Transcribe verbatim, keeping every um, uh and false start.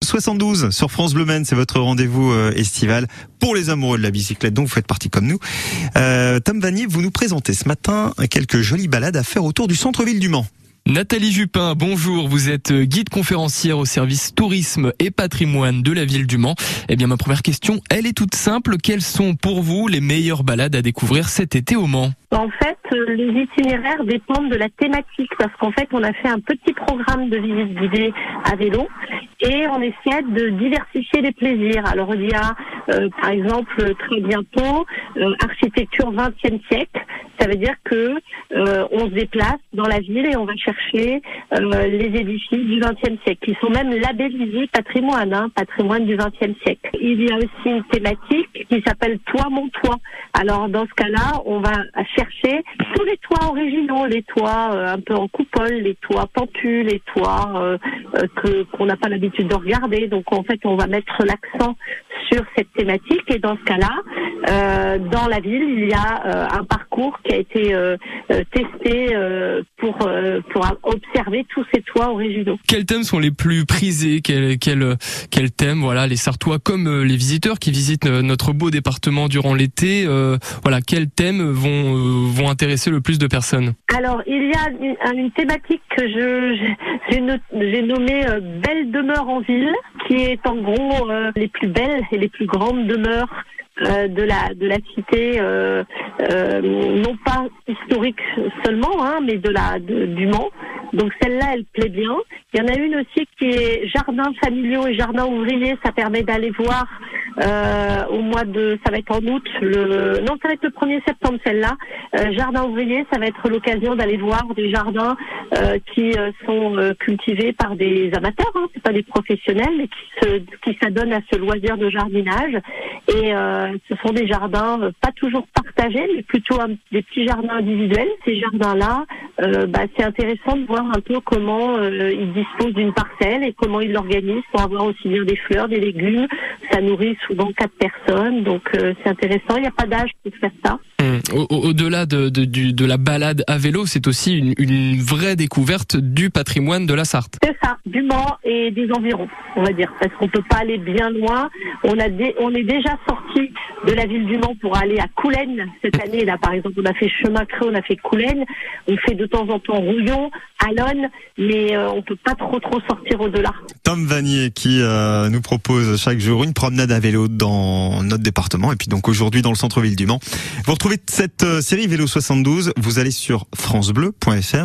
soixante-douze sur France Bleu Maine, c'est votre rendez-vous euh, estival pour les amoureux de la bicyclette, donc vous faites partie comme nous. Euh, Tom Vanier, vous nous présentez ce matin quelques jolies balades à faire autour du centre-ville du Mans. Nathalie Jupin, bonjour, vous êtes guide conférencière au service tourisme et patrimoine de la ville du Mans. Eh bien, ma première question, elle est toute simple. Quelles sont pour vous les meilleures balades à découvrir cet été au Mans ? En fait, les itinéraires dépendent de la thématique parce qu'en fait, on a fait un petit programme de visite guidée à vélo et on essaie de diversifier les plaisirs. Alors, il y a, euh, par exemple, très bientôt, euh, architecture vingtième siècle. Ça veut dire que euh, on se déplace dans la ville et on va chercher euh, les édifices du vingtième siècle, qui sont même labellisés patrimoine, hein, patrimoine du vingtième siècle. Il y a aussi une thématique qui s'appelle Toit mon toit. Alors dans ce cas-là, on va chercher tous les toits originaux, les toits euh, un peu en coupole, les toits pentus, les toits euh, euh, que qu'on n'a pas l'habitude de regarder. Donc en fait, on va mettre l'accent sur cette thématique et dans ce cas-là, euh, dans la ville, il y a euh, un parcours qui a été euh, euh, testé euh, pour euh, pour observer tous ces toits originaux. Quels thèmes sont les plus prisés ? Quels quel, quel thèmes, voilà, les Sartois comme euh, les visiteurs qui visitent euh, notre beau département durant l'été, euh, voilà, quels thèmes vont euh, vont intéresser le plus de personnes ? Alors, il y a une, une thématique que je j'ai, no, j'ai nommée euh, Belle demeure en ville, qui est en gros euh, les plus belles et les plus grandes demeures Euh, de la de la cité, euh, euh, non pas historique seulement, hein, mais de la de, du Mans. Donc celle-là, elle plaît bien. Il y en a une aussi qui est jardins familiaux et jardins ouvriers. Ça permet d'aller voir euh, au mois de, ça va être en août, le non, ça va être le premier septembre celle-là. Euh, jardins ouvriers, ça va être l'occasion d'aller voir des jardins euh, qui euh, sont euh, cultivés par des amateurs, hein, c'est pas des professionnels, mais qui se qui s'adonnent à ce loisir de jardinage. Et euh, ce sont des jardins euh, pas toujours partagés, mais plutôt un, des petits jardins individuels. Ces jardins-là, euh, bah, c'est intéressant de voir un peu comment euh, ils disposent d'une parcelle et comment ils l'organisent pour avoir aussi bien des fleurs, des légumes. Ça nourrit souvent quatre personnes, donc euh, c'est intéressant. Il n'y a pas d'âge pour faire ça. Mmh. Au, au-delà de, de, de, de la balade à vélo, c'est aussi une, une vraie découverte du patrimoine de la Sarthe. C'est ça, du Mans et des environs, on va dire, parce qu'on peut pas aller bien loin. On a dé, on est déjà sorti de la ville du Mans pour aller à Coulennes cette année. Là, par exemple, on a fait Chemin Creux, on a fait Coulennes. On fait de temps en temps Rouillon, Allonne, mais euh, on peut pas trop trop sortir au-delà. Tom Vanier qui euh, nous propose chaque jour une promenade à vélo dans notre département et puis donc aujourd'hui dans le centre-ville du Mans. Vous retrouvez cette euh, série Vélo soixante-douze, vous allez sur francebleu point fr.